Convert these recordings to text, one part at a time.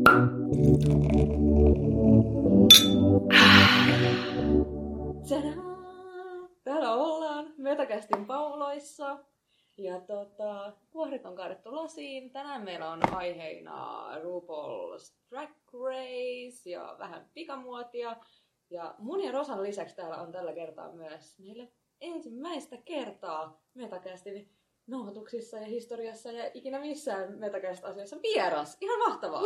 Täällä ollaan Metacastin pauloissa. Ja kuoret on kaadettu lasiin. Tänään meillä on aiheina RuPaul's Drag Race ja vähän pikamuotia. Ja mun ja Rosan lisäksi täällä on tällä kertaa myös meille ensimmäistä kertaa Metacastin nauhoituksissa ja historiassa ja ikinä missään Metacast-asiassa vieras. Ihan mahtavaa!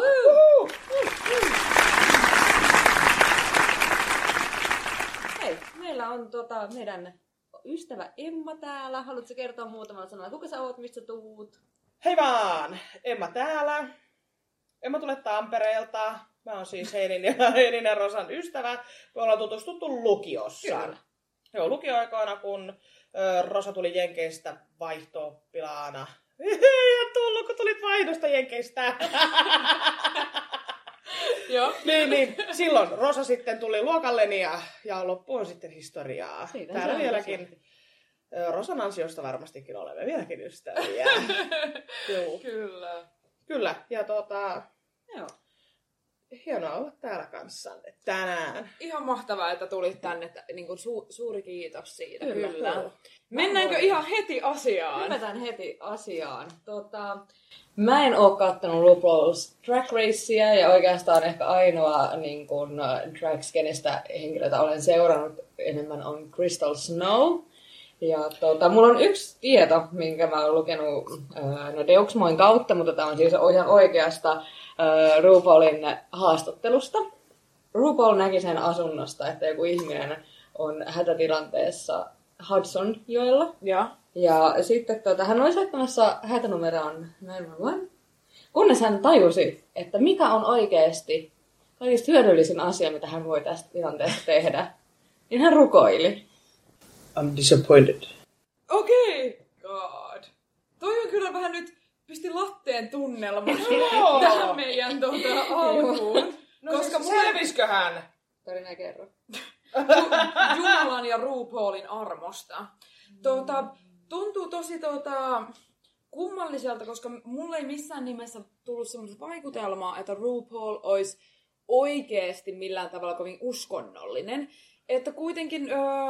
Hei, meillä on meidän ystävä Emma täällä. Haluatko kertoa muutamalla sanalla, kuka sä oot, mistä tuut? Hei vaan! Emma täällä. Emma tulee Tampereelta. Mä oon siis Heinin ja Rosan ystävä. Me ollaan tutustuttu lukiossa. Kyllä. Joo, lukioaikoina, kun Rosa tuli Jenkeistä vaihto-oppilaana. Tullut, kun tulit vaihdosta Jenkeistä. Joo. niin. Silloin Rosa sitten tuli luokalleni ja loppu on sitten historiaa. Siitä täällä vieläkin. Rosan ansiosta varmastikin olemme vieläkin ystäviä. Joo. Kyllä. Ja Joo. hienoa olla täällä kanssanne tänään. Ihan mahtavaa, että tulit tänne. Niin kuin suuri kiitos siitä. Kyllä. Mennäänkö ihan heti asiaan? Hypätään heti asiaan. Mä en oo kattonut RuPaul's Drag Racea ja oikeastaan ehkä ainoa niin kun, drag-skenestä henkilöitä olen seurannut enemmän on Crystal Snow. Ja mulla on yksi tieto, minkä mä oon lukenut Deuxmoin kautta, mutta tämä on siis ihan oikeasta RuPaulin haastattelusta. RuPaul näki sen asunnosta, että joku ihminen on hätätilanteessa Hudsonjoella. Ja sitten hän oli soittamassa hätänumeroon 911, kunnes hän tajusi, että mikä on oikeasti kaikista hyödyllisin asia, mitä hän voi tästä tilanteesta tehdä. Niin hän rukoili. I'm disappointed. Okei. God. Toi on kyllä vähän nyt pisti latteen tunnelma tähän meidän alkuun. No koska siis selvisköhän? Tarina kerro. Jumalan ja RuPaulin armosta. Tuntuu tosi kummalliselta, koska mulle ei missään nimessä tullut semmoista vaikutelmaa, että RuPaul olisi oikeasti millään tavalla kovin uskonnollinen. Että kuitenkin,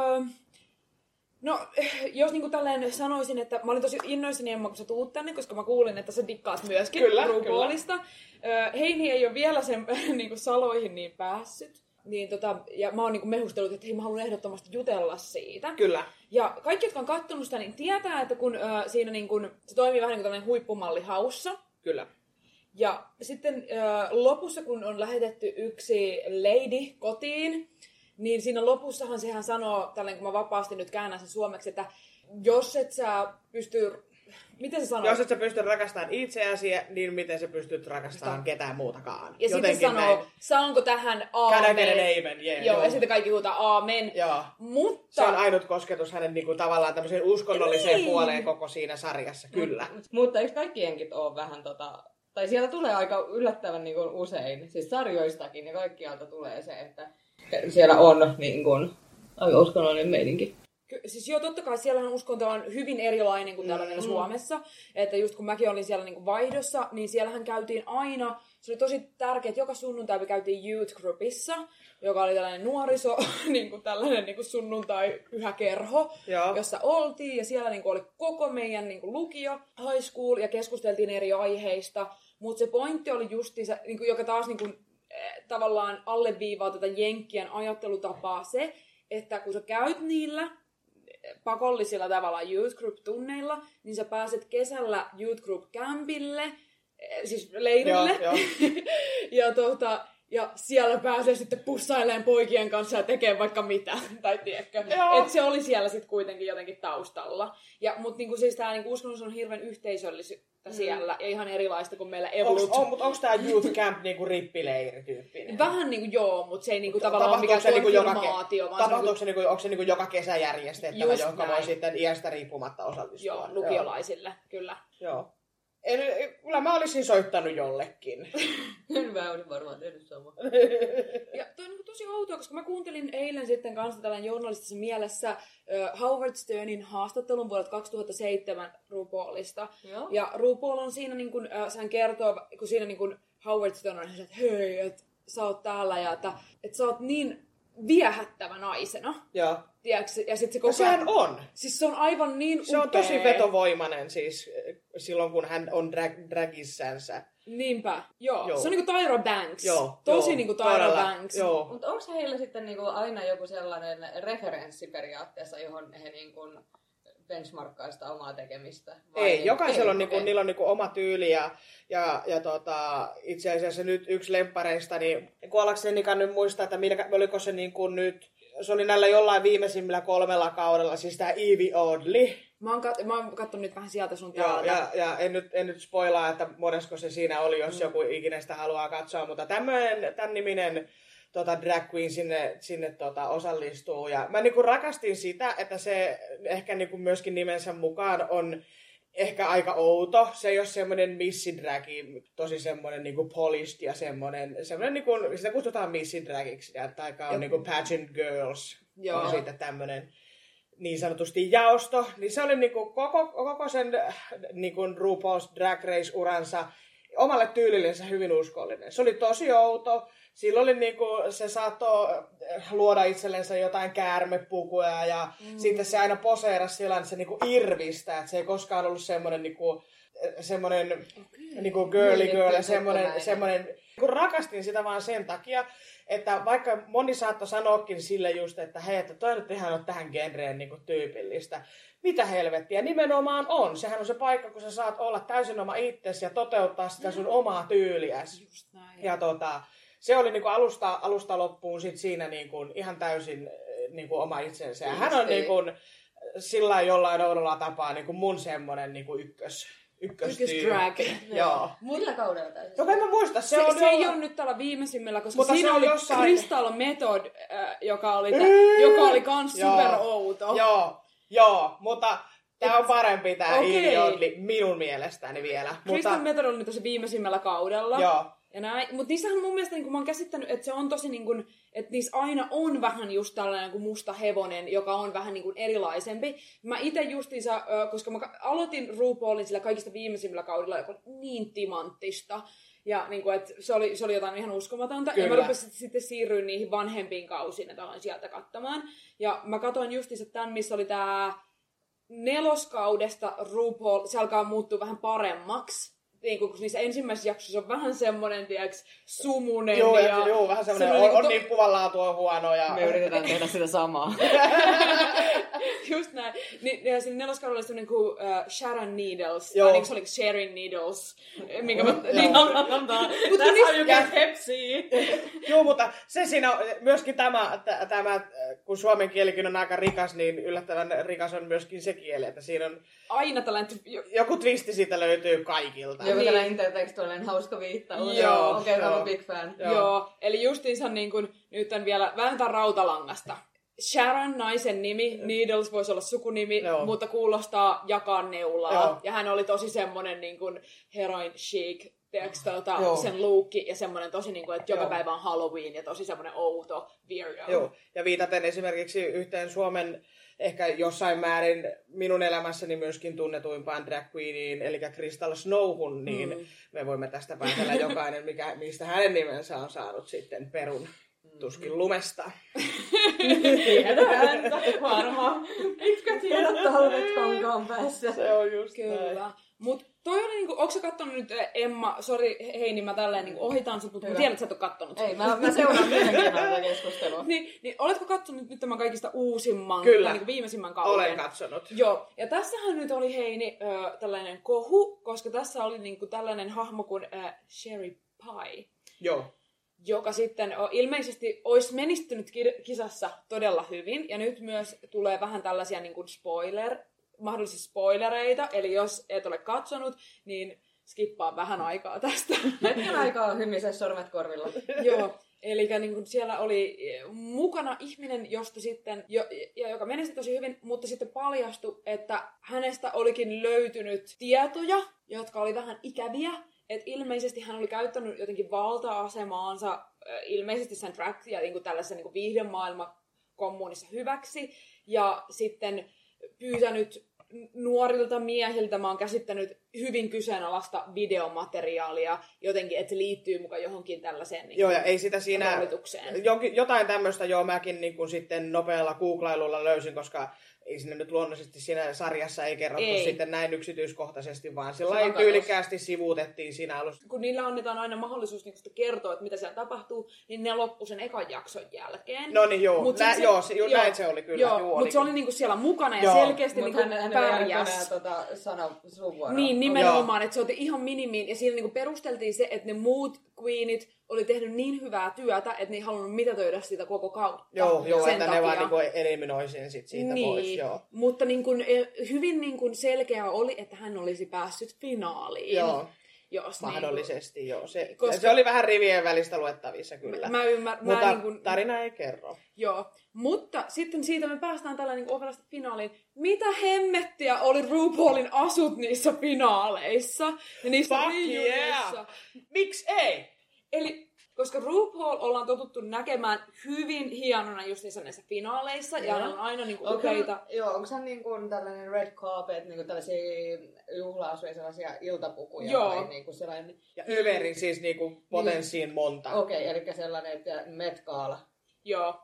jos niinku tälleen sanoisin, että mä olin tosi innoissani Emma, kun sä tuut tänne, koska mä kuulin, että sä dikkaat myöskin RuPaulista. Heini ei ole vielä sen niinku saloihin niin päässyt. Niin ja mä oon niinku mehustellut, että hei, mä haluan ehdottomasti jutella siitä. Kyllä. Ja kaikki, jotka on kattonut sitä, niin tietää, että kun siinä niinku, se toimii vähän niin kuin tällainen huippumalli haussa. Kyllä. Ja sitten lopussa, kun on lähetetty yksi lady kotiin, niin siinä lopussahan sehän sanoo, tällainen kun mä vapaasti nyt käännän sen suomeksi, että jos et sä pysty... Miten se sanoo? Jos et sä pysty rakastamaan itseäsi, niin miten sä pystyt rakastamaan ketään muutakaan. Ja sitten sanoo, saanko tähän aamen? Joo, ja sitten kaikki huutaa aamen. Joo. Mutta... Se on ainut kosketus hänen niinku, tavallaan tämmöiseen uskonnolliseen puoleen koko siinä sarjassa, kyllä. Mutta eikö kaikki jenkit ole vähän tai siellä tulee aika yllättävän niin kuin usein, siis sarjoistakin ja kaikkialta tulee se, että siellä on niin kuin aika uskonnollinen meininki. Siis joo, totta kai siellähän uskonto on hyvin erilainen kuin täällä meillä Suomessa. Että just kun mäkin olin siellä niinku vaihdossa, niin siellähän käytiin aina, se oli tosi tärkeää, että joka sunnuntai me käytiin youth groupissa, joka oli tällainen nuoriso, niinku tällainen niinku sunnuntai-pyhäkerho, jossa oltiin. Ja siellä niinku oli koko meidän niinku lukio, high school, ja keskusteltiin eri aiheista. Mutta se pointti oli justiinsa, niinku, joka taas niinku, tavallaan alleviivaa tätä jenkkien ajattelutapaa se, että kun sä käyt niillä pakollisilla tavalla youth group-tunneilla, niin sä pääset kesällä youth group-campille, siis leirille. Ja siellä pääsee sitten pussailemaan poikien kanssa ja tekee vaikka mitä, tai tiedätkö. Että se oli siellä sitten kuitenkin jotenkin taustalla. Mutta niinku, siis tää niinku, uskonnollisuus on hirveän yhteisöllisyyttä siellä, ja ihan erilaista kuin meillä Evolut. Mutta onko tää youth camp niinku rippileiri tyyppinen? Vähän niinku joo, mutta se ei niinku tavallaan ole mikään konfirmaatio. Onko se niinku joka kesä järjestettävä, johon voi sitten iästä riippumatta osallistua? Joo, lukiolaisille, kyllä. Joo. Kyllä mä olisin soittanut jollekin. Mä olisin varmaan tehnyt sama. Ja toi on tosi outoa. outoa, koska mä kuuntelin eilen sitten kanssa tällainen journalistisessa mielessä Howard Sternin haastattelun vuodelta 2007 RuPaulista. Joo. Ja RuPaul on siinä, niin kun, sehän kertoo, kun siinä niin kun Howard Stern on että hei, että sä oot täällä ja että sä oot niin viehättävä naisena. Joo. Tiedätkö? Ja sit se No koko sehän on. Siis se on aivan niin upea. Se on tosi vetovoimainen siis silloin, kun hän on dragissänsä. Niinpä, joo. Joo. Se on niinku Tyra Banks. Joo, Tosi joo, niinku Tyra todella, Banks. Joo. Mutta onko heillä sitten niinku aina joku sellainen referenssi periaatteessa, johon he niinku benchmarkkaa sitä omaa tekemistä? Vai Ei, jokaisella on, okei. niillä on niinku oma tyyli ja itse asiassa nyt yksi lemppareista, niin kuollakseni nyt muistaa, että oliko se niinku nyt, se oli näillä jollain viimeisimmillä 3 kaudella, siis tämä Evie Oddly. Mä oon katsonut nyt vähän sieltä sun Joo, täältä. ja en nyt spoilaa, että monesko se siinä oli, jos joku ikinä sitä haluaa katsoa, mutta tämän niminen drag queen sinne osallistuu. Ja mä niinku rakastin sitä, että se ehkä niinku myöskin nimensä mukaan on ehkä aika outo. Se ei ole semmoinen missidragi, tosi semmoinen niinku polished ja semmoinen niinku, sitä kutsutaan missidragiksi, ja taika on niinku pageant girls. Joo. On siitä tämmöinen niin sanotusti jaosto, niin se oli niinku koko sen niinku RuPaul's Drag Race-uransa omalle tyylillensä hyvin uskollinen. Se oli tosi outo. Sillä oli niinku, se saattoi luoda itsellensä jotain käärmepukuja ja sitten se aina poseerasi sillä että se niinku irvistä, että se ei koskaan ollut semmoinen niinku girly girl ja semmoinen kun rakastin sitä vaan sen takia, että vaikka moni saattoi sanoakin sille just, että hei, että toi nyt ihan on tähän genreen niinku tyypillistä. Mitä helvettiä? Nimenomaan on. Sehän on se paikka, kun sä saat olla täysin oma itsesi ja toteuttaa sitä sun omaa tyyliäsi. Just näin. Ja se oli niinku alusta loppuun sit siinä niinku ihan täysin niinku oma itsensä. Ja hän on niinku sillä jollain oudolla tapaa niinku mun semmonen niinku ykköstyyli. Ykkösdrag. Joo. Millä kaudella tämä? No en mä muista. Se ei ole nyt tällä viimeisimmällä, koska Mutta siinä se on oli jossain Crystal Method, joka oli kans super outo. Joo, mutta tää on parempi tää Okei. Evie Oddly minun mielestäni vielä. Crystal Method oli tosi viimeisimmällä kaudella. Joo. Ja näin. Mutta niissähän mun mielestä niin mä oon käsittänyt, että se on tosi niin kuin, että niissä aina on vähän just tällainen kuin musta hevonen, joka on vähän niin kuin erilaisempi. Mä itse justiinsa, koska mä aloitin RuPaulin sillä kaikista viimeisimmillä kaudella, joka oli niin timanttista. Ja niin kuin, että se oli jotain ihan uskomatonta. Kyllä. Ja mä rupesin sitten siirryä niihin vanhempiin kausiin, että aloin sieltä katsomaan. Ja mä katsoin justiinsa tämän, missä oli tää 4. kaudesta RuPaul, se alkaa muuttua vähän paremmaksi. Niin kun niissä ensimmäisissä jaksoissa on vähän semmonen, tiiäks, sumunen. Joo, vähän semmonen, on nippuvanlaatua huono. Ja... Me yritetään tehdä sitä samaa. Just näin. Ja siinä 4. kaudella oli semmonen kuin Sharon Needles. Joo. Tai niin se oli Sharon Needles. Minkä mä... That's how you get Pepsi. Joo, mutta se siinä myöskin tämä, kun suomen kielikin on aika rikas, niin yllättävän rikas on myöskin se kieli, että siinä on... Aina tällainen... Joku twisti siitä löytyy kaikilta. Joku tällainen intertekstuaalinen hauska viittaus. Joo. Okei, mä oon big fan. Joo. Eli justiinsa niin kun, nyt on vielä vähän tämän rautalangasta. Sharon, naisen nimi, Needles voisi olla sukunimi, mutta kuulostaa jakaa neulaa. Joo. Ja hän oli tosi semmonen niin kuin heroin chic, sen luukki ja semmonen tosi niin kuin, että joka päivä on Halloween ja tosi semmonen outo weirdo. Joo, ja viitaten esimerkiksi yhteen Suomen ehkä jossain määrin minun elämässäni myöskin tunnetuimpaan drag queeniin, eli Crystal Snowhun, niin me voimme tästä päätellä jokainen, mistä hänen nimensä on saanut sitten perun tuskin lumesta. Tiedän, varmaan. Etkä tiedä talvet kankaan päässä. Se on just Kyllä. näin. Mut toi oli niinku, onko sä kattonut nyt, Emma, sori Heini, mä tälleen niinku ohitan sut, mutta mä tiedän, että sä et oo kattonut. Ei, mä seuraan mielenkiinnolla keskustelua. Niin, oletko kattonut nyt tämän kaikista uusimman, Kyllä. Niinku viimeisimmän kauden? Olen katsonut. Joo, ja tässähän nyt oli Heini tällainen kohu, koska tässä oli niinku tällainen hahmo kuin Sherry Pie. Joo. Joka sitten ilmeisesti olisi menestynyt kisassa todella hyvin. Ja nyt myös tulee vähän tällaisia niin kuin mahdollisia spoilereita. Eli jos et ole katsonut, niin skippaa vähän aikaa tästä. Hetken aikaa hymise sormet korvilla. Joo, eli niin kuin siellä oli mukana ihminen, josta sitten, joka menestyi tosi hyvin, mutta sitten paljastui, että hänestä olikin löytynyt tietoja, jotka oli vähän ikäviä. Että ilmeisesti hän oli käyttänyt jotenkin valta-asemaansa ilmeisesti sen drag ja niin kuin tällaisen niin kuin viihdemaailmakommuunissa hyväksi. Ja sitten pyytänyt nuorilta miehiltä, mä oon käsittänyt hyvin kyseenalaista videomateriaalia jotenkin, että se liittyy mukaan johonkin tällaiseen niin joo, ja ei sitä siinä roolitukseen. Jotain tämmöistä mäkin niin kuin sitten nopealla googlailulla löysin, koska ei sinne nyt luonnollisesti siinä sarjassa ei kerrottu sitten näin yksityiskohtaisesti, vaan sillä tyylikkäästi sivuutettiin siinä alussa. Kun niillä annetaan aina mahdollisuus niin kertoa, että mitä siellä tapahtuu, niin ne loppui sen ekan jakson jälkeen. No niin, joo. Näin se oli kyllä. Joo, mutta se oli niinku siellä mukana ja selkeästi niinku pärjäs. Sana sun vuoroa. Niin, nimenomaan, että se otti ihan minimiin. Ja siinä niinku perusteltiin se, että ne muut queenit oli tehnyt niin hyvää työtä, että ne ei halunnut mitätöidä sitä koko kautta. Joo, että ne vaan niinku eliminoisin sit siitä pois. Joo. Mutta niinku, hyvin niinku selkeää oli, että hän olisi päässyt finaaliin. Joo. Jos mahdollisesti, niin, joo. Se oli vähän rivien välistä luettavissa kyllä. Mutta tarina ei kerro. Joo, mutta sitten siitä me päästään tällä niin ovelasti finaaliin. Mitä hemmettiä oli RuPaulin asut niissä finaaleissa ja niissä reunionissa? Yeah. Miksi ei? Eli koska RuPaul ollaan totuttu näkemään hyvin hienona just näissä finaaleissa, ja ne on aina niinku upeita. Joo, onko se niinku tällainen red carpet, niinku tällaisia juhla-asuja, sellaisia iltapukuja? Joo. Vai niinku sellainen... Ja överin siis niinku potenssiin monta. Okei, eli sellainen, että Met Gala. Joo.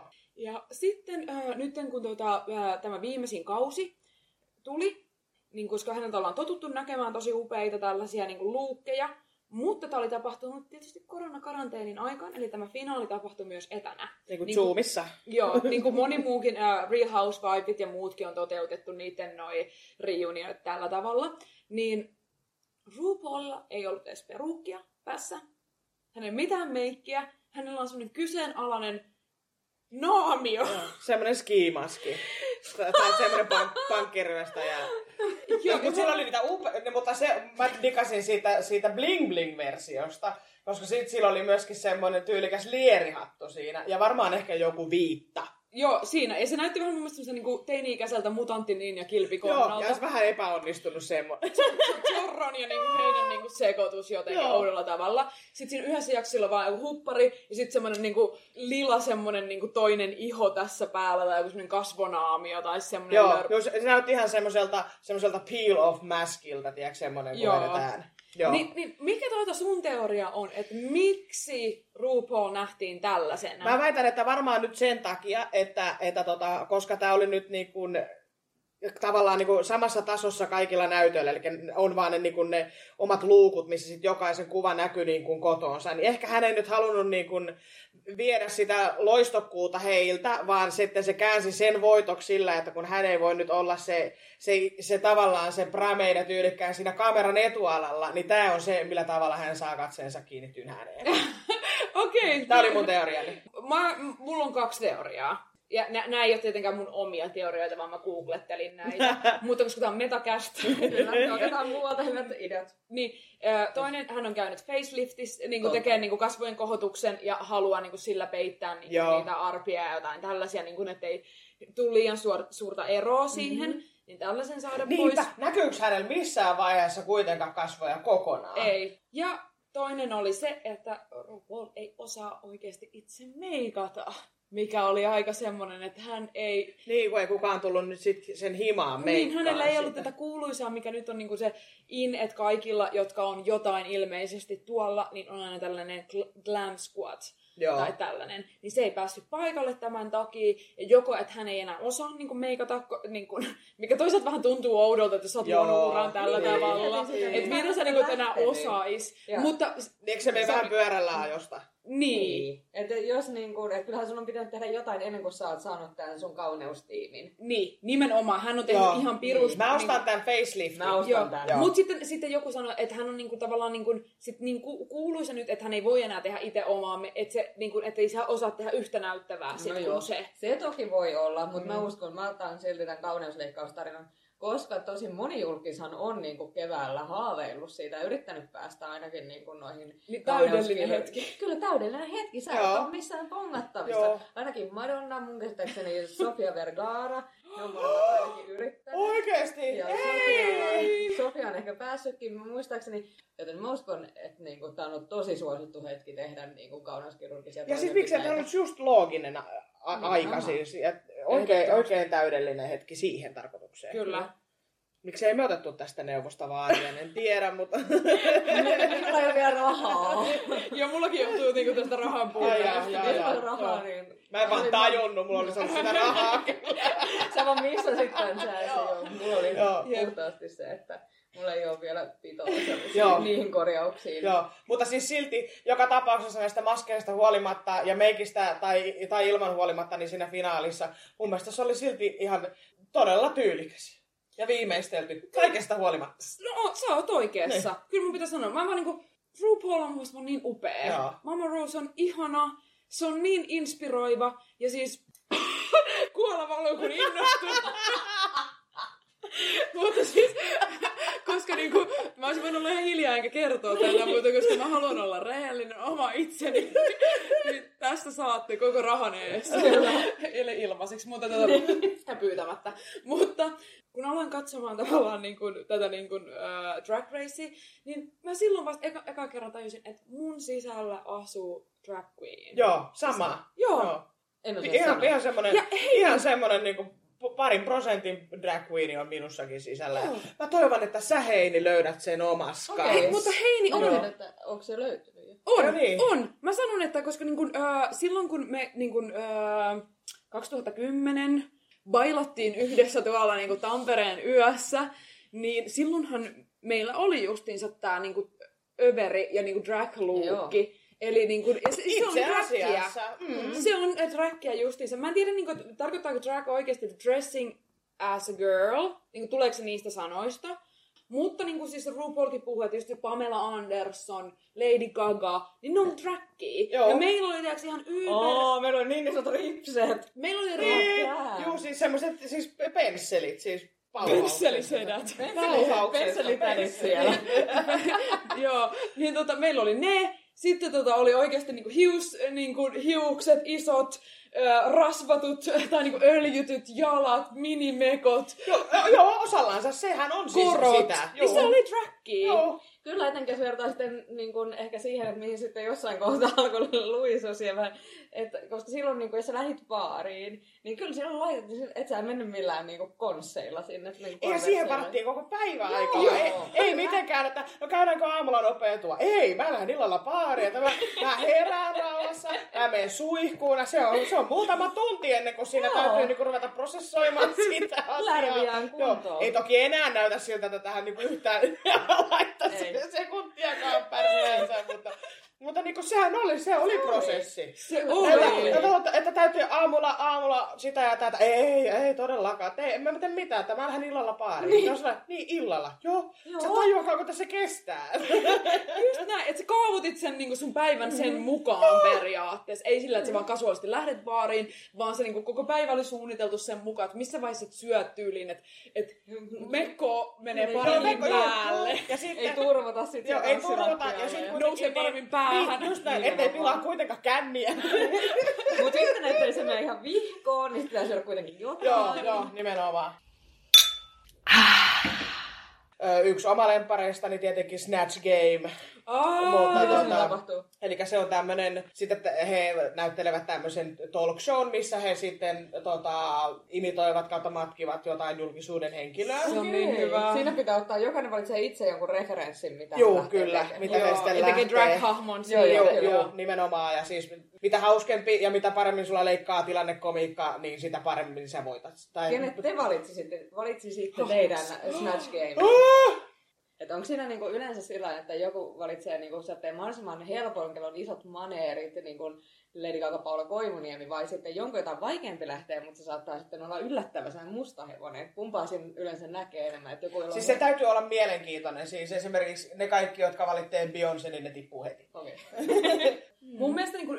Ja sitten nyt kun tämä viimeisin kausi tuli, niin koska häneltä ollaan totuttu näkemään tosi upeita tällaisia niinku luukkeja, mutta tämä oli tapahtunut tietysti koronakaranteenin aikaan, eli tämä finaali tapahtui myös etänä. Niin kuin Zoomissa. Joo, niin kuin moni muukin Real Housewiveit ja muutkin on toteutettu niiden noi reunionit tällä tavalla. Niin RuPaulilla ei ollut edes peruukkia päässä. Hänellä ei mitään meikkiä. Hänellä on semmoinen kyseenalainen naamio. Semmoinen skimaski. Tai semmoinen pankkiryöstäjä. Joo, mutta sillä oli niitä mutta mä dikasin siitä bling-bling-versiosta, koska sillä oli myöskin semmoinen tyylikäs lierihattu siinä, ja varmaan ehkä joku viitta. Joo, siinä. Ja se näytti vähän mun mielestä semmoisen niin teini-ikäiseltä mutantin ja kilpikonnalta. Joo, ja se vähän epäonnistunut semmoinen. Zorron ja heidän sekoitus jotenkin oudolla tavalla. Sitten siinä yhdessä jaksossa on vaan joku huppari, ja sitten semmoinen lila semmoinen toinen iho tässä päällä, tai joku semmoinen kasvonaamio, tai semmoinen... Joo, se näytti ihan semmoiselta peel-off maskilta, tiedätkö, semmoinen, kun vedetään. Niin, mikä sun teoria on, että miksi RuPaul nähtiin tällaisena? Mä väitän, että varmaan nyt sen takia, että koska tää oli nyt niin kuin, tavallaan niin kuin samassa tasossa kaikilla näytöillä, eli on vaan ne omat luukut, missä sit jokaisen kuva näkyy niin kuin kotonsa, niin ehkä hän ei nyt halunnut niin kuin viedä sitä loistokkuutta heiltä, vaan sitten se käänsi sen voitoksi sillä, että kun hän ei voi nyt olla se tavallaan se prameida tyylikkään siinä kameran etualalla, niin tämä on se, millä tavalla hän saa katseensa kiinni tynhäneen. Okei. Tämä oli mun teoriani. Mulla on 2 teoriaa. Ja nämä ei ole tietenkään mun omia teorioita, vaan mä googlettelin näitä. Mutta koska tämä on metacast. Kyllä, otetaan muualta hyvät ideat. Niin, toinen, hän on käynyt faceliftissä, tekee kasvojen kohotuksen ja haluaa sillä peittää niitä arpia ja jotain tällaisia, ettei tule liian suurta eroa siihen. Niin tällaisen saada pois. Näkyykö hänellä missään vaiheessa kuitenkaan kasvoja kokonaan? Ei. Ja toinen oli se, että RuPaul ei osaa oikeasti itse meikata. Mikä oli aika semmoinen, että hän ei... Niin, kun ei kukaan tullut nyt sit sen himaan meikkaan. Niin, hänellä ei ollut tätä kuuluisaa, mikä nyt on se että kaikilla, jotka on jotain ilmeisesti tuolla, niin on aina tällainen glam squad. Joo. Tai tällainen. Niin se ei päässyt paikalle tämän takia. Ja joko, että hän ei enää osaa meikata, mikä toisaalta vähän tuntuu oudolta, että sä oot luonut uran tällä tavalla. Että mitä sä enää osais. Mutta... Eikö se mene vähän pyörällä ajosta? Niin. Että jos että kyllähän sun on pitänyt tehdä jotain ennen kuin sä oot saanut tämän sun kauneustiimin. Niin, nimenomaan. Hän on tehnyt ihan pirusti. Mä ostan tämän faceliftin. Mä ostan tämän. Mutta sitten joku sanoi, että hän on tavallaan kuuluisa nyt, että hän ei voi enää tehdä itse omaa, että ei saa osaa tehdä yhtä näyttävää kuin se. Se toki voi olla, mutta mä uskon, mä otan silti tämän kauneusleikkaustarinan koska tosi moni julkishan on niinku keväällä haaveillut siitä ja yrittänyt päästä ainakin niinku noihin täydellinen hetki. Kyllä täydellinen hetki, sä et ole missään pongattavissa. Joo. Ainakin Madonna, mun käsittääkseni Sofia Vergara, ne on molemmat ainakin yrittänyt. Oikeesti? Ja Sofia on ehkä päässytkin, muistaakseni, joten mä uskon, että niinku, tää on ollut tosi suosittu hetki tehdä niinku, kauneuskirurgisia Ja sit miksi tämä on just looginen aika siis. Oikein täydellinen hetki siihen tarkoitukseen. Kyllä. Miksei me otettu tästä neuvosta vaaria, en tiedä, mutta... Mulla ei ole vielä rahaa. Joo, mullakin joutuu niinku tästä rahan puolesta. Jos on rahaa, niin... Mä en vaan tajunnut, mulla olisi ollut sitä rahaa. Sä vaan missasit tän säässä, joo. Mulla oli puhtaasti se, että mulla ei ole vielä pitoa niihin korjauksiin. Joo, mutta siis silti joka tapauksessa näistä maskeista huolimatta ja meikistä tai ilman huolimatta niin siinä finaalissa mun mielestä se oli silti ihan todella tyylikäs. Ja viimeistelty, kaikesta huolimatta. No, sä oot oikeassa. Niin. Kyllä mun pitää sanoa. Mä vaan niinku, RuPaul on musta niin upea. Joo. Mama Rose on ihana, se on niin inspiroiva. Ja siis kuola valo kun innostuu. Mutta siis, koska niinku, mä olisin voinut olla ihan hiljaa enkä kertoa tällä, mutta koska mä haluan olla rehellinen oma itseni, niin tästä saatte koko rahan eessä. Eli ilmaiseksi, mutta pyytämättä. Mutta kun aloin katsomaan tavallaan niin kuin, tätä niin kuin, Drag Racea, niin mä silloin vasta eka kerran tajusin, että mun sisällä asuu drag queen. Joo, sama. Joo. Ihan semmonen niinku 2% drag queen on minussakin sisällä. Oh. Mä toivon, että sä Heini löydät sen omaskaan. Okay. Mutta Heini on... Onko se löytynyt jo? On. Mä sanon, että koska niin kun, silloin kun me niin kun, 2010 bailattiin yhdessä tuolla niin kun Tampereen yössä, niin silloinhan meillä oli justiinsa tää niin kun överi ja niin kun drag-luukki. Eli niinku, se on draggia. Se on draggia justiinsa. Mä en tiedä, niinku, tarkoittaako drag oikeasti dressing as a girl. Niinku, tuleeko se niistä sanoista. Mutta niinku, siis RuPaulkin puhuu, että just Pamela Anderson, Lady Gaga, niin ne on draggia. Ja meillä oli tiiäks ihan meillä oli niin isot ripset. Meillä oli Juu, siis semmoset siis pensselit, siis pensselisedät. Pensselitädit siellä. Joo, niin meillä oli ne. Sitten oli oikeasti hiukset isot, rasvatut tai öljytyt jalat, minimekot. Joo, osallaansa sehän on siis sitä. Niin se oli draggia. Joo. Kyllä, etenkin jos vertaa sitten niin kuin, ehkä siihen, että mihin sitten jossain kohtaa alkoi luisus ja vähän, että, koska silloin, niin kuin, jos sä lähit baariin, niin kyllä silloin laitettiin, että sä mennyt millään niin kuin, konsseilla sinne. Niin ja siihen varattiin koko päivä aikaa. Ei mitenkään, että no käydäänkö aamulla nopeutua. Ei, mä lähden illalla baariin, että mä herään rauhassa, mä menen suihkuun. Se on muutama tunti ennen kuin siinä täytyy niin kuin, ruveta prosessoimaan sitä asiaa. Lärviään kuntoon. Ei toki enää näytä siltä, että tähän niin kuin, yhtään laittaisi sekuntiakaan pärsäänsä, mutta niinku se oli prosessi. Se oli. Että täytyy aamulla sitä ja tätä. Ei todellakaan. En mä tee mitään, että mä lähden illalla baariin. Niin illalla. Joo. Sä tajuakaan, kun tässä kestää. Just näin, että sä kaavoitit sen niinku sun päivän sen mukaan periaatteessa. Ei sillä, että sä vaan kasuaalisesti lähdet baariin, vaan se niinku koko päivä oli suunniteltu sen mukaan, että missä vaiheessa et syöt tyyliin, että mekko menee paremmin päälle. Ja sitten ei turvata sit. Joo, ei turvata. Ja sitten nousee paremmin päälle. Niin, just näin, ettei pilaa kuitenkaan känniä. Mutta sitten, ettei se mene ihan vihkoon, niin pitäisi olla kuitenkin jotain. Joo, nimenomaan. Yksi oma lempareistani tietenkin Snatch Game. Mitä siinä tapahtuu? Eli se on tämmönen, sitten he näyttelevät tämmöisen talk shown, missä he sitten imitoivat kautta matkivat jotain julkisuuden henkilöä. Se on niin hyvä. Siinä pitää ottaa, jokainen valitsee itse jonkun referenssin, mitä kyllä, mitä he sitten lähtee. Drag-hahmon. Joo, nimenomaan. Ja siis mitä hauskempi ja mitä paremmin sulla leikkaa tilannekomiikka, niin sitä paremmin sä voitat. Kenet te valitsisitte teidän Snatch Game? Että onko siinä niinku yleensä sillä, että joku valitsee niinku, mahdollisimman helpoin, kello on isot maneerit, niin kuin Lady Gaga, Paula Koivuniemi, vai sitten jonkun jotain vaikeampi lähtee, mutta se saattaa sitten olla yllättävä sellainen musta hevonen. Kumpaa siinä yleensä näkee enemmän? Että joku siis se täytyy olla mielenkiintoinen. Siis esimerkiksi ne kaikki, jotka valitsee Beyoncé, niin ne tippuu heti. Okay. Mun mielestä niin yksi,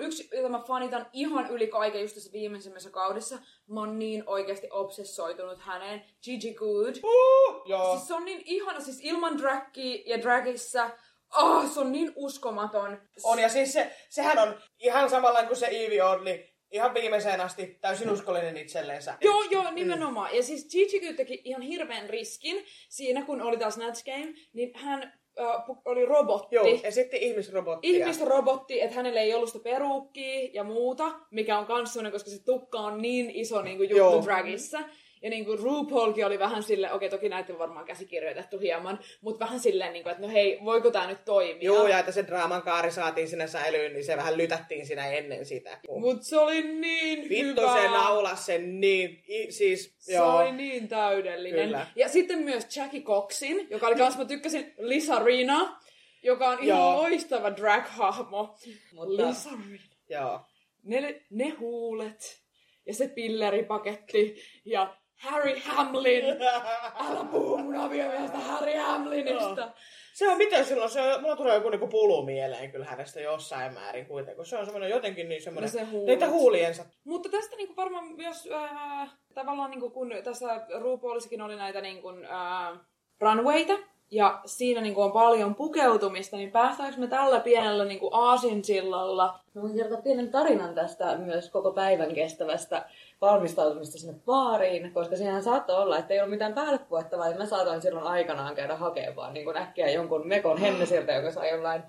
jota mä fanitan ihan yli kaiken just tässä viimeisimmässä kaudessa. Mä oon niin oikeasti obsessoitunut häneen. Gigi Good. Joo. Siis se on niin ihana, siis ilman dragia ja dragissa. Se on niin uskomaton. On, ja siis sehän on ihan samalla kuin se Evie Oddly. Ihan viimeiseen asti täysin uskollinen itselleensä. Joo, nimenomaan. Ja siis Gigi Good teki ihan hirveän riskin siinä, kun oli taas Snatch Game, niin hän oli robotti. Joo, esitti ihmisrobotti, että hänellä ei ollut sitä peruukkia ja muuta, mikä on kans sellainen, koska se tukka on niin iso niin kuin juttu dragissa. Ja niin kuin RuPaulkin oli vähän silleen, okei, toki näitä on varmaan käsikirjoitettu hieman, mutta vähän silleen, niin kuin, että no hei, voiko tää nyt toimia? Joo, ja että se draaman kaari saatiin sinne säilyyn, niin se vähän lytättiin siinä ennen sitä. Mut se oli niin hyvä. Vittu se naulas sen niin, siis se joo. oli niin täydellinen. Kyllä. Ja sitten myös Jackie Coxin, joka oli kans, mä tykkäsin Lisa Rinna, joka on ihan loistava drag-hahmo. Lisa Rinna. Joo. Ne huulet ja se pilleripaketti ja Harry Hamlin. Älä puhu mun aviomiestä Harry Hamlinista. Se on miten silloin, mulla tulee joku niinku pulu mieleen kyllä hänestä jossain määrin kuitenkin. Se on semmoinen jotenkin niin semmoinen, niitä huuliensa. Mutta tästä niinku varmaan myös tavallaan niinku kun tässä RuPaulissakin oli näitä niinku, runwayta. Ja siinä niinku on paljon pukeutumista, niin päästäänkö me tällä pienellä niinku aasinsillalla? Mä voin kertoa pienen tarinan tästä myös koko päivän kestävästä valmistautumista sinne baariin, koska siinähän saattoi olla, että ei ollut mitään päälle puettavaa, että mä saatoin silloin aikanaan käydä hakemaan niin äkkiä jonkun mekon Hennesiltä, joka sai jollain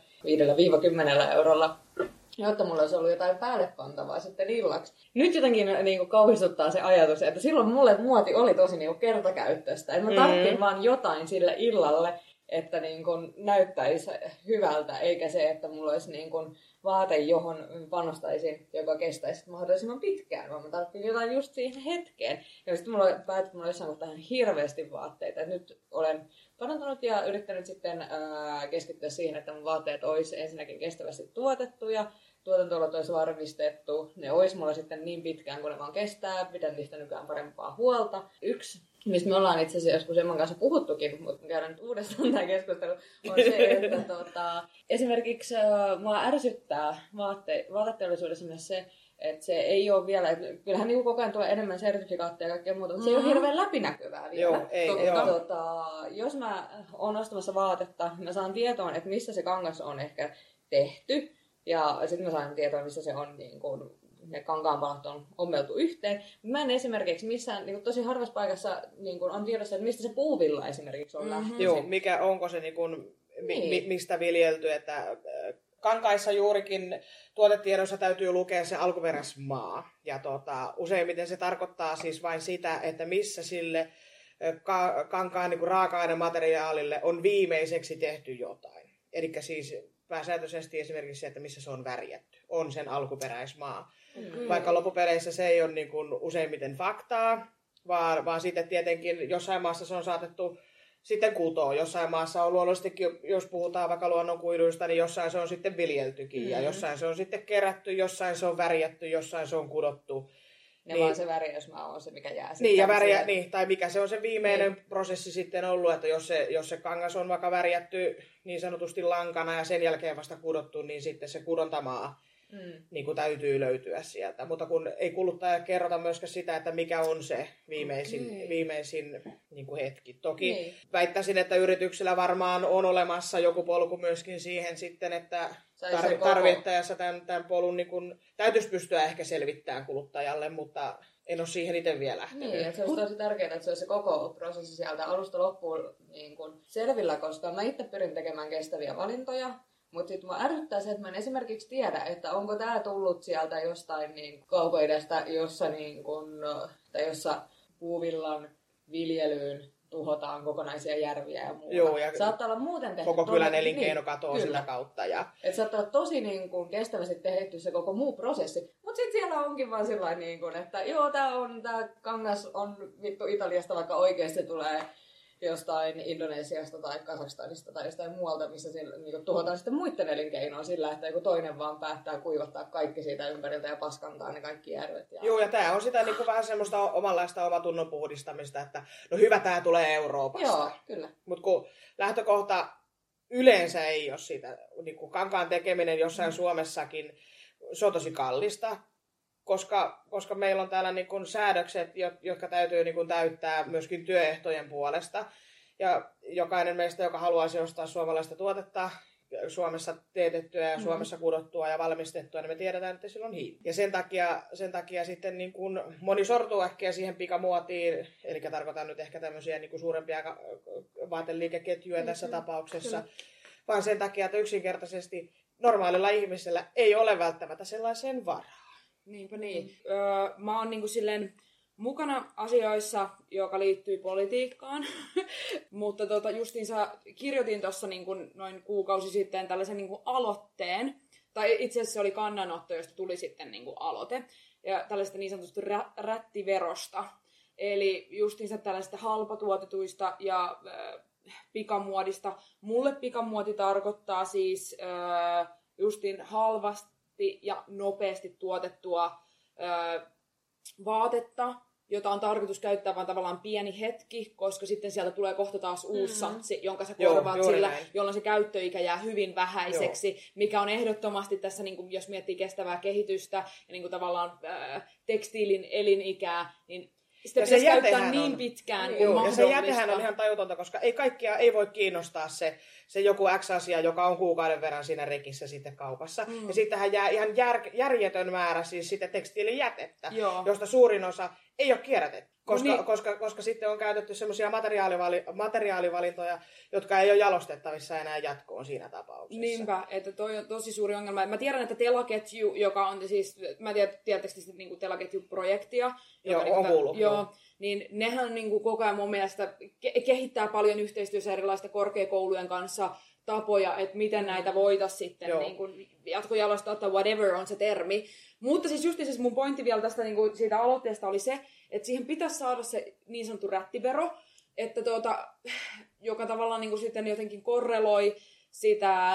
5-10 eurolla, jotta mulla olisi ollut jotain päällepantavaa sitten illaksi. Nyt jotenkin niin kuin kauhistuttaa se ajatus, että silloin mulle muoti oli tosi niin kuin kertakäyttöistä. Että mä tarvitsin vaan jotain sille illalle, että niin kuin näyttäisi hyvältä, eikä se, että mulla olisi niin kuin vaate, johon panostaisin, joka kestäisi mahdollisimman pitkään, vaan mä tarvitsin jotain just siihen hetkeen. Ja sitten mulla päätti, että mulla oli jossain kohtaa ihan hirveästi vaatteita. Et nyt olen parantanut ja yrittänyt sitten keskittyä siihen, että mun vaatteet olisi ensinnäkin kestävästi tuotettuja, tuotantoolot olisi varmistettu, ne olisi mulla sitten niin pitkään kuin ne vaan kestää, pidän niistä nykyään parempaa huolta. Yksi, mistä me ollaan itse asiassa joskus Emman kanssa puhuttukin, mutta käydään nyt uudestaan tämä keskustelu, on se, että esimerkiksi mua ärsyttää vaateteollisuudessa myös se, että se ei ole vielä, että kyllähän niin koko ajan tulee enemmän sertifikaatteja ja kaikkea muuta, mutta se ei ole hirveän läpinäkyvää vielä. Joo, ei, jos mä oon ostamassa vaatetta, mä saan tietoon, että missä se kangas on ehkä tehty, ja sitten mä saan tietoa, missä se on, niin kun ne kankaanpalat on ommeltu yhteen. Mä en esimerkiksi missään, niin tosi harvassa paikassa niin on tiedossa, että mistä se puuvilla esimerkiksi on lähtöisin. Joo, onko se mistä viljelty, että kankaissa juurikin tuotetiedossa täytyy lukea se alkuperäismaa. Ja useimmiten se tarkoittaa siis vain sitä, että missä sille kankaan niin raaka-ainemateriaalille on viimeiseksi tehty jotain. Eli siis pääsääntöisesti esimerkiksi se, että missä se on värjätty, on sen alkuperäismaa. Vaikka loppupeleissä se ei ole niin kuin useimmiten faktaa, vaan sitten tietenkin jossain maassa se on saatettu sitten kutoa. Jossain maassa on luonnollisestikin, jos puhutaan vaikka luonnonkuiduista, niin jossain se on sitten viljeltykin. Ja jossain se on sitten kerätty, jossain se on värjätty, jossain se on kudottu. Ja niin, vaan se värjäysmaa on se, mikä jää niin, tai mikä se on se viimeinen prosessi sitten ollut, että jos se kangas on vaikka värjätty niin sanotusti lankana ja sen jälkeen vasta kudottu, niin sitten se kudontamaa niin kuin täytyy löytyä sieltä. Mutta kun ei kuluttaja kerrota myöskään sitä, että mikä on se viimeisin niin kuin hetki. Toki väittäisin, että yrityksillä varmaan on olemassa joku polku myöskin siihen sitten, että tarvittaessa tämän polun niin kuin, täytyisi pystyä ehkä selvittämään kuluttajalle, mutta en ole siihen itse vielä lähtenyt. Niin, että se olisi tosi tärkeää, että se olisi se koko prosessi sieltä alusta loppuun niin kuin selvillä, koska mä itse pyrin tekemään kestäviä valintoja. Mutta sitten mua ärsyttää se, että mä en esimerkiksi tiedä, että onko tämä tullut sieltä jostain niin kaukoidästä, jossa puuvillan viljelyyn tuhotaan kokonaisia järviä ja muuta. Joo, ja saattaa olla muuten tehty. Koko kylän elinkeino katoaa sitä kautta. Että saattaa olla tosi niin kuin kestävästi tehty se koko muu prosessi. Mutta sitten siellä onkin vaan sellainen, niin kuin, että joo, tämä kangas on vittu Italiasta, vaikka oikeasti se tulee jostain Indonesiasta tai Kazakstanista tai jostain muualta, missä niin tuhotaan sitten muiden elinkeinoa sillä, että joku toinen vaan päättää kuivattaa kaikki siitä ympäriltä ja paskantaa ne kaikki järvet. Joo, ja tämä on sitä niin kuin vähän semmoista omanlaista omatunnon puhdistamista, että no hyvä, tämä tulee Euroopasta. Joo, kyllä. Mutta kun lähtökohta yleensä ei ole siitä, niin kuin kankaan tekeminen jossain Suomessakin, se on tosi kallista, koska meillä on täällä niin kuin säädökset, jotka täytyy niin kuin täyttää myöskin työehtojen puolesta. Ja jokainen meistä, joka haluaisi ostaa suomalaista tuotetta, Suomessa teetettyä ja Suomessa kudottua ja valmistettua, niin me tiedetään, että sillä on hinta. Ja sen takia sitten niin kuin moni sortuu äkkiä siihen pikamuotiin, eli tarkoitan nyt ehkä tämmöisiä niin kuin suurempia vaateliikeketjuja tässä tapauksessa, vaan sen takia, että yksinkertaisesti normaalilla ihmisellä ei ole välttämättä sellaisen varaa. Niinpä niin. Mä oon niinku silleen mukana asioissa, joka liittyy politiikkaan, mutta justiinsa kirjoitin tuossa niinku noin kuukausi sitten tällaisen niinku aloitteen, tai itse asiassa se oli kannanotto, josta tuli sitten niinku aloite, ja tällaista niin sanotusta rättiverosta, eli justiinsa tällaista halpatuotetuista ja pikamuodista. Mulle pikamuoti tarkoittaa siis justiin halvasti ja nopeasti tuotettua vaatetta, jota on tarkoitus käyttää vain tavallaan pieni hetki, koska sitten sieltä tulee kohta taas uusi satsi, jonka sä korvaat sillä, jolloin se käyttöikä jää hyvin vähäiseksi, mikä on ehdottomasti tässä, niin kuin, jos miettii kestävää kehitystä ja niin kuin tavallaan tekstiilin elinikää, niin sitä pitäisi käyttää niin pitkään kuin mahdollista. Ja se jätehän on ihan tajutonta, koska kaikkia ei voi kiinnostaa se joku X-asia, joka on kuukauden verran siinä rekissä sitten kaupassa. Ja sittenhän jää ihan järjetön määrä siis sitten tekstiilijätettä, josta suurin osa ei ole kierrätetty. Koska sitten on käytetty semmoisia materiaalivalintoja, jotka ei ole jalostettavissa enää jatkoon siinä tapauksessa. Niinpä, että toi on tosi suuri ongelma. Mä tiedän, että telaketju, joka on siis, mä tiedättekö niinku telaketjuprojektia, joo, on kuullut. Joo, niin nehän niinku koko ajan mun mielestä kehittää paljon yhteistyössä erilaisten korkeakoulujen kanssa tapoja, että miten näitä voitaisiin sitten niin kuin jatkojalostaa tai whatever on se termi. Mutta siis justiinsa mun pointti vielä tästä niin kuin siitä aloitteesta oli se, että siihen pitäisi saada se niin sanottu rättivero, että joka tavallaan niin kuin sitten jotenkin korreloi sitä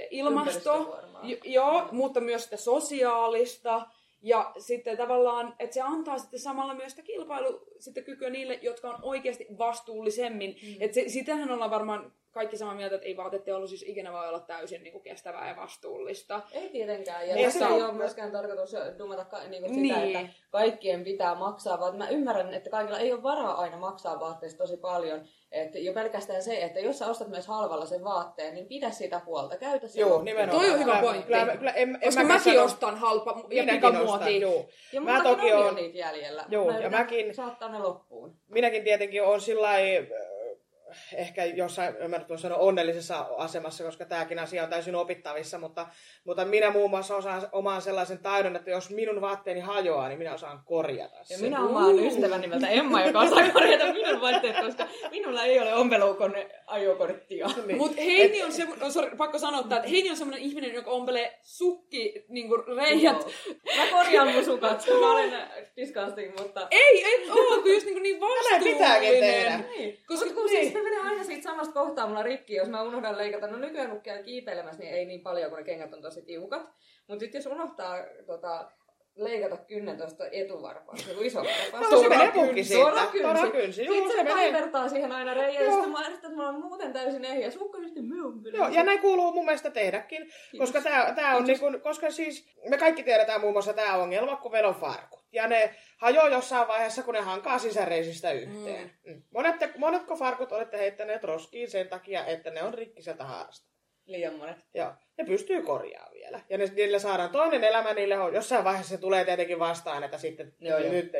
mutta myös sitä sosiaalista. Ja sitten tavallaan, että se antaa sitten samalla myös sitä kilpailukykyä niille, jotka on oikeasti vastuullisemmin. Että sitähän ollaan varmaan kaikki samaa mieltä, että ei vaateteollisuus siis ikinä voi olla täysin niin kuin kestävää ja vastuullista. Ei tietenkään. Ja se ei ole myöskään tarkoitus dumata sitä, että kaikkien pitää maksaa, vaan mä ymmärrän, että kaikilla ei ole varaa aina maksaa vaatteista tosi paljon. Että jo pelkästään se, että jos sä ostat myös halvalla sen vaatteen, niin pidä sitä huolta, käytä se. Joo, nimenomaan. Toi on hyvä pointti. Koska mäkin ostan halpa ja pikamuotia. Ja mullakin on niitä jäljellä. Joo, ja mäkin saattaa ne loppuun. Minäkin tietenkin olen sillai ehkä jossain, mä nyt voin sanoa, onnellisessa asemassa, koska tämäkin asia on täysin opittavissa, mutta minä muun muassa osaan omaan sellaisen taidon, että jos minun vaatteeni hajoaa, niin minä osaan korjata sen. Ja minä omaan ystävän nimeltä Emma, joka osaa korjata minun vaatteet, koska minulla ei ole ompeluukon ajokorttia. Niin. Mutta Heini on pakko sanoa, että Heini on semmoinen ihminen, joka ompelee sukki niinku reijät. Mä korjaan mun sukat, mä olen disgusting, mutta... Ei oo, kun just niin vastuullinen. Näin pitääkin tehdä. Niin. Koska kun siis ne menee aina siitä samasta kohtaa mulla rikki, jos mä unohdan leikata. No nykyään kun käy kiipeilemässä, niin ei niin paljon, kun ne kengät on tosi tiukat. Mutta sitten jos unohtaa leikata kynnen tuosta etuvarpaan, se on iso varpaan. No se menee pukki siitä. Torakynsi. Sitten se taivertaa siihen aina reijään, ja sitten mä ajattelin, että mä oon muuten täysin ehjä. Sukka sitten Joo, ja näin kuuluu mun mielestä tehdäkin, koska tää on niin kuin, koska siis me kaikki tiedetään muun muassa tää ongelma, kun meillä on farkut. Ja ne hajoaa jossain vaiheessa, kun ne hankaa sisäreisistä yhteen. Monetko farkut olette heittäneet roskiin sen takia, että ne on rikki sieltä haasta? Liian monet. Joo, ne pystyy korjaamaan vielä. Ja niille saadaan toinen elämä, niille on, jossain vaiheessa se tulee tietenkin vastaan, että sitten nyt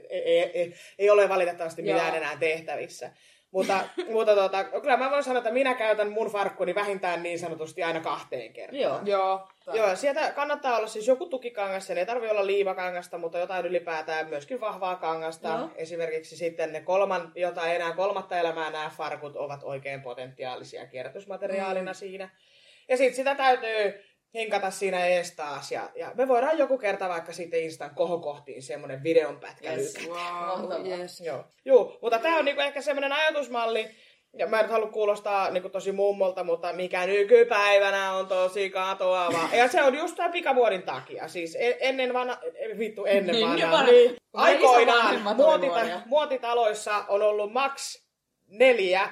ei ole valitettavasti mitään enää tehtävissä. Mutta kyllä mä voin sanoa, että minä käytän mun farkkuni vähintään niin sanotusti aina 2 kertaan. Joo, sieltä kannattaa olla siis joku tukikangas, sen ei tarvitse olla liivakangasta, mutta jotain ylipäätään myöskin vahvaa kangasta. Esimerkiksi sitten ne jota enää 3. elämää nämä farkut ovat oikein potentiaalisia kierrätysmateriaalina siinä. Ja sitten sitä täytyy hinkata siinä ees taas. Ja me voidaan joku kerta vaikka sitten Instan kohokohtiin semmoinen videonpätkä lykätä. Joo, mutta tämä on niinku ehkä semmoinen ajatusmalli, ja mä en nyt halua kuulostaa niinku tosi mummolta, mutta mikä nykypäivänä on tosi katoava. Ja se on just tämän pikamuodin takia. Siis ennen vanhaa. Aikoinaan muotitaloissa on ollut maks 4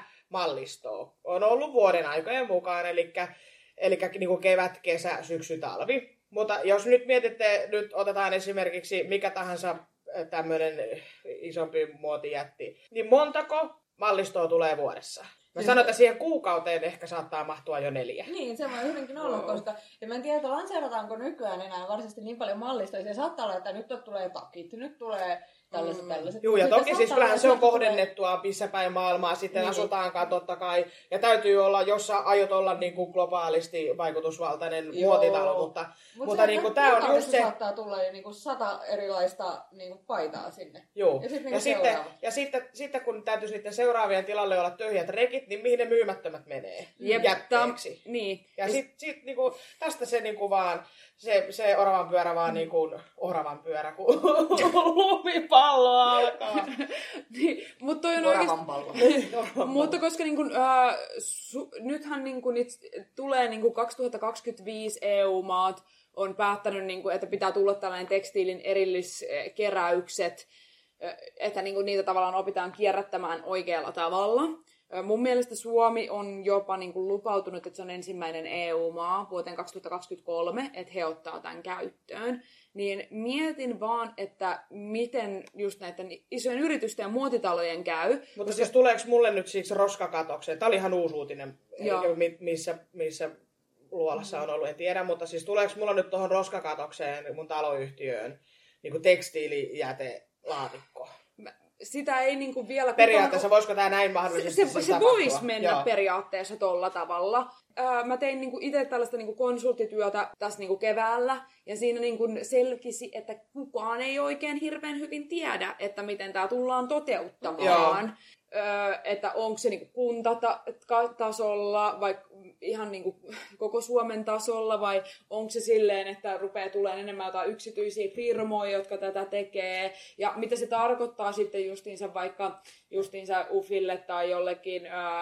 mallistoa. On ollut vuoden aikojen mukaan, eli niin kuin kevät, kesä, syksy, talvi. Mutta jos nyt mietitte, nyt otetaan esimerkiksi mikä tahansa tämmöinen isompi muotijätti, niin montako mallistoa tulee vuodessa? Mä sanon, että siihen kuukauteen ehkä saattaa mahtua jo 4. Niin, se voi hyvinkin olla, koska ja mä en tiedä, lanseerataanko nykyään enää varsinaisesti niin paljon mallistoja. Se saattaa olla, että nyt tulee takit, nyt tulee tällaiset. Joo, ja toki siis kyllähän se on kohdennettua missä päin maailmaa sitten niin asutaankaan totta kai. Ja täytyy olla, jos sä aiot olla niin kuin globaalisti vaikutusvaltainen muotitalo, mutta niin kuin tää on just se... saattaa tulla jo niin kuin 100 erilaista niin kuin paitaa sinne. Joo, ja sitten kun täytyisi niiden seuraavien tilalle olla tyhjät rekit, niin mihin ne myymättömät menee jätteeksi. Niin. Ja sit niin kuin, tästä se niin kuin vaan... Se oravan pyörä vaan niin kuin oravan pyörä, kun lumipallo alkaa. Niin, mutta toi on oikeasti... Mutta koska niin kun, nythän niin kun tulee niin kun 2025 EU-maat on päättänyt, niin kun, että pitää tulla tällainen tekstiilin erilliskeräykset, että niin kun niitä tavallaan opitaan kierrättämään oikealla tavalla. Mun mielestä Suomi on jopa niin kuin lupautunut, että se on ensimmäinen EU-maa vuoteen 2023, että he ottaa tämän käyttöön. Niin mietin vaan, että miten just näiden isojen yritysten ja muotitalojen käy. Mutta siis tuleeko mulle nyt siksi roskakatokseen? Tämä oli ihan uusi uutinen, missä luolassa on ollut, en tiedä. Mutta siis tuleeko mulla nyt tuohon roskakatokseen mun taloyhtiöön niin kuin tekstiilijätelaatikko? Sitä ei niinku vielä... Periaatteessa voisiko tämä näin mahdollisesti se voisi mennä periaatteessa tolla tavalla. Mä tein niinku itse tällaista niinku konsulttityötä tässä niinku keväällä, ja siinä niinku selkisi, että kukaan ei oikein hirveän hyvin tiedä, että miten tämä tullaan toteuttamaan. Että onko se niinku kuntatasolla vai ihan niinku koko Suomen tasolla vai onko se silleen, että rupeaa tulemaan enemmän jotain yksityisiä firmoja, jotka tätä tekee ja mitä se tarkoittaa sitten justiinsa UFille tai jollekin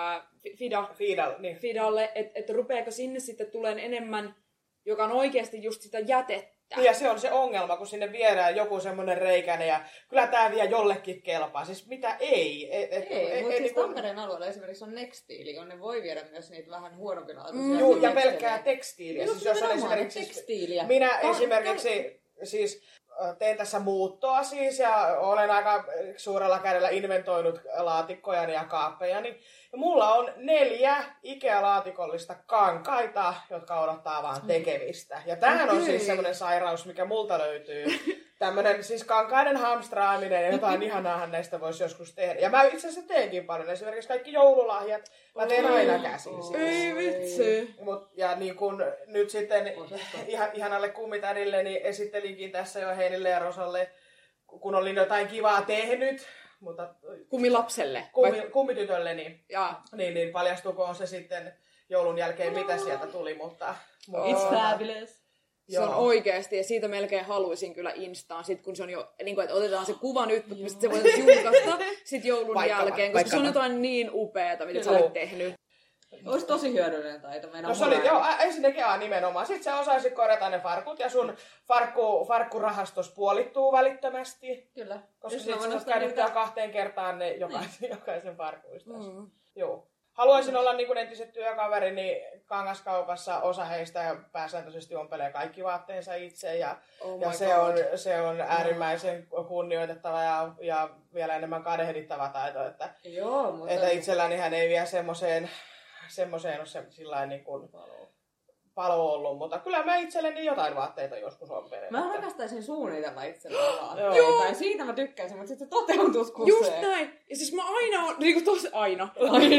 Fidalle, että rupeako sinne sitten tulemaan enemmän, joka on oikeasti just sitä jätettä. Ja se on se ongelma, kun sinne viedään joku semmoinen reikäinen ja kyllä tämä vie jollekin kelpaa. Siis mitä ei? Mutta siis Tampereen alueella esimerkiksi on Nextiili, jonne voi viedä myös niitä vähän huonompilaatuisia. Joo, ja pelkkää tekstiiliä. Siis jos on esimerkiksi, tekstiiliä. Minä esimerkiksi siis teen tässä muuttoa siis ja olen aika suurella kädellä inventoinut laatikkojani ja kaappejani. Ja mulla on 4 Ikea-laatikollista kankaita, jotka odottaa vaan tekemistä. Ja tämähän on siis semmoinen sairaus, mikä multa löytyy. Tämmöinen siis kankaiden hamstraaminen ja jotain ihanaahan näistä voisi joskus tehdä. Ja mä itse asiassa teenkin paljon. Esimerkiksi kaikki joululahjat mä teen aina käsin. Ei vitsi. Ja niin kun nyt sitten ihanalle kummitädille niin esittelinkin tässä jo Heinille ja Rosalle, kun olin jotain kivaa tehnyt. Mutta kummilapselle? Kummitytölle, niin paljastuuko se sitten joulun jälkeen, mitä sieltä tuli, mutta... It's fabulous. Se on oikeasti, ja siitä melkein haluaisin kyllä Instaan, sit kun se on jo, niin kuin, että otetaan se kuva nyt, mutta se voitaisiin julkaista sit joulun jälkeen, koska se on jotain niin upeata, mitä sä olet tehnyt. Olisi tosi hyödyllinen taito. Ensinnäkin nimenomaan. Sitten sä osaisit korjata ne farkut ja sun farkkurahastos puolittuu välittömästi. Kyllä. Koska sitten sä käytetään 2 kertaan ne jokaisen farkuista. Joo. Haluaisin olla niin kuin entiset työkaverini kangaskaupassa. Osa heistä pääsääntöisesti ompelee kaikki vaatteensa itse. Ja se on äärimmäisen kunnioitettava ja vielä enemmän kadehdittava taito. Että itselläni hän ei vielä semmoiseen ole sillain niin kuin palo ollut, mutta kyllä mä itselleni jotain vaatteita joskus ompelen. Mä rakastaisin suunnitella itselleni vaatteita. Tai siitä mä tykkäisin, mutta sitten se toteutus kusee. Just näin. Ja siis mä aina on, niinku aina.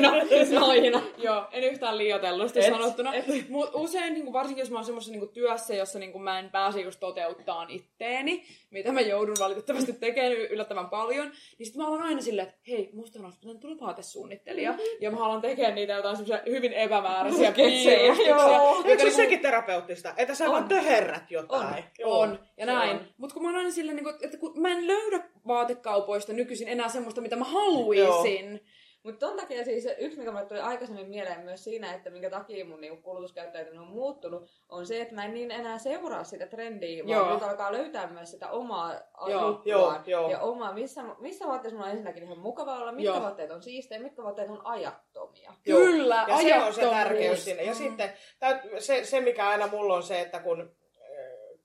Joo, en yhtään liioitellusti sanottuna. Mutta usein, niinku, varsinkin jos mä oon semmoisessa niinku työssä, jossa niinku, mä en pääse just toteuttaan itteeni, mitä mä joudun valitettavasti tekemään yllättävän paljon, niin sit mä olen aina silleen, että hei, musta on pitänyt tulla vaatesuunnittelija. Ja mä haluan tekemään niitä jotain semmoisia hyvin epämääräisiä piirustuksia. Se sekin terapeuttista, että sä vaan töherrät jotain. On. Ja näin. Mutta kun mä oon aina silleen, että kun mä en löydä vaatekaupoista nykyisin enää semmoista, mitä mä haluaisin. Mutta ton takia siis yksi, mikä mulle tuli aikaisemmin mieleen myös siinä, että minkä takia mun niinku kulutuskäyttäytyminen on muuttunut, on se, että mä en niin enää seuraa sitä trendiä, vaan nyt alkaa löytää myös sitä omaa juttuaan. Ja omaa, missä vaatteessa mulla on ensinnäkin ihan mukava olla, mitkä vaatteet on siistejä, mitkä vaatteet on ajattomia. Kyllä, ja se on se tärkeys siinä. Ja sitten se mikä aina mulla on se, että kun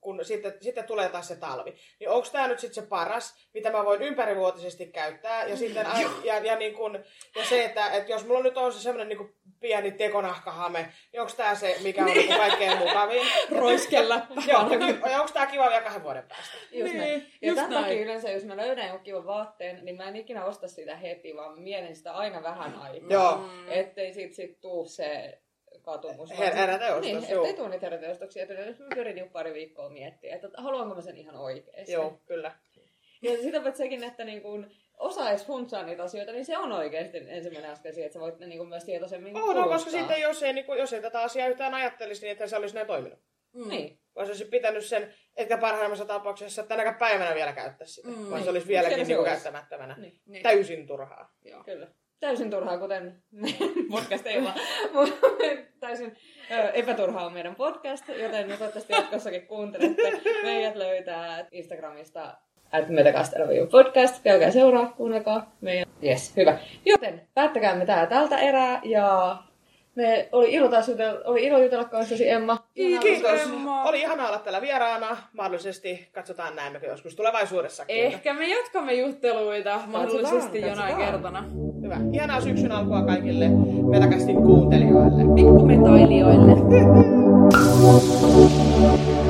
kun sitten tulee taas se talvi. Niin onko tämä nyt sitten se paras, mitä mä voin ympärivuotisesti käyttää? Ja, sitten, ja se, että jos mulla nyt on se semmoinen niin pieni tekonahkahame, niin onko tämä se, mikä on niin kaikkein mukavin? Roiskeläppä. Joo, ja onko tämä kiva vielä 2 vuoden päästä? Just näin. Ja tämän takia yleensä, jos mä löydän joku kivan vaatteen, niin mä en ikinä osta sitä heti, vaan mielen sitä aina vähän aikaa. Joo. Ettei sit tuu se katumus. Heräteostos, niin, ettei tuu niitä heräteostoksia. Mä pyrin jo pari viikkoa miettiä, että haluanko mä sen ihan oikeesti. Joo, kyllä. Ja sitä sekin, että niin kun osaa edes funtsaa niitä asioita, niin se on oikeasti ensimmäinen askel siihen, että sä voit niin myös tietoisemmin no, koska sitten jos ei tätä asiaa yhtään ajattelisi, niin että se olisi näin toiminut. Niin. Vaan se olisi pitänyt sen, etkä parhaimmassa tapauksessa tänäkään päivänä vielä käyttää sitä. Vaan se olisi vieläkin niin käyttämättömänä. Niin. Täysin turhaa. Joo. Kyllä. Täysin turhaa, kuten podcast ei vaan. Täysin epäturhaa on meidän podcast, joten toivottavasti jatkossakin kuuntelette. Meidät löytää Instagramista @metacast.podcast. Käykää seuraa, kuunnelkaa meidän. Yes, hyvä. Joten päättäkäämme tältä erää ja oli ilo jutella kanssasi, Emma. Kiitos. Oli ihanaa olla täällä vieraana. Mahdollisesti katsotaan näemmekö joskus tulevaisuudessakin. Ehkä me jatkamme jutteluita mahdollisesti jonain kertana. Hyvä. Ihanaa syksyn alkua kaikille Metacastin kuuntelijoille. Pikkumetailijoille.